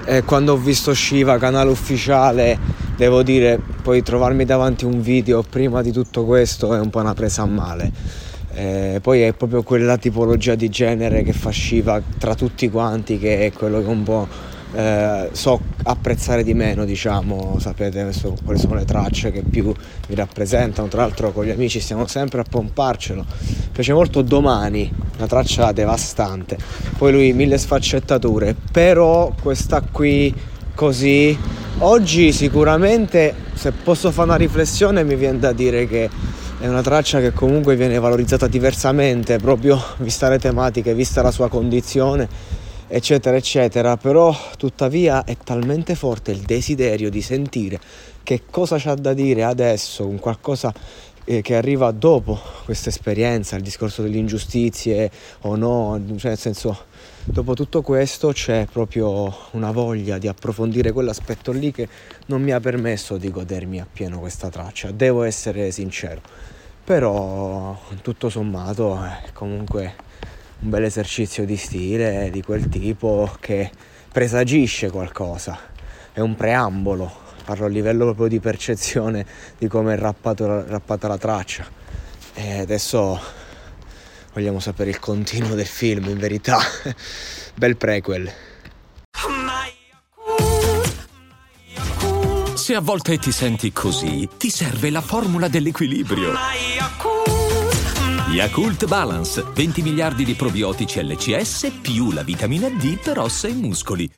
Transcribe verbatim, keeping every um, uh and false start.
E quando ho visto Shiva, canale ufficiale, devo dire, poi trovarmi davanti un video prima di tutto questo è un po' una presa a male. Eh, poi è proprio quella tipologia di genere che fa Shiva tra tutti quanti, che è quello che un po' eh, so apprezzare di meno, diciamo. Sapete adesso quali sono le tracce che più mi rappresentano. Tra l'altro con gli amici stiamo sempre a pomparcelo. Mi piace molto Domani, una traccia devastante, poi lui mille sfaccettature, però questa qui così oggi sicuramente, se posso fare una riflessione, mi viene da dire che è una traccia che comunque viene valorizzata diversamente, proprio vista le tematiche, vista la sua condizione, eccetera eccetera. Però tuttavia è talmente forte il desiderio di sentire che cosa c'ha da dire adesso, un qualcosa eh, che arriva dopo questa esperienza, il discorso delle ingiustizie o no, cioè nel senso, dopo tutto questo c'è proprio una voglia di approfondire quell'aspetto lì che non mi ha permesso di godermi appieno questa traccia, devo essere sincero. Però tutto sommato è comunque un bel esercizio di stile di quel tipo che presagisce qualcosa, è un preambolo, parlo a livello proprio di percezione di come è rappato, rappata la traccia. E adesso vogliamo sapere il continuo del film, in verità. Bel prequel. Se a volte ti senti così, ti serve la formula dell'equilibrio. Yakult Balance, venti miliardi di probiotici L C S più la vitamina D per ossa e muscoli.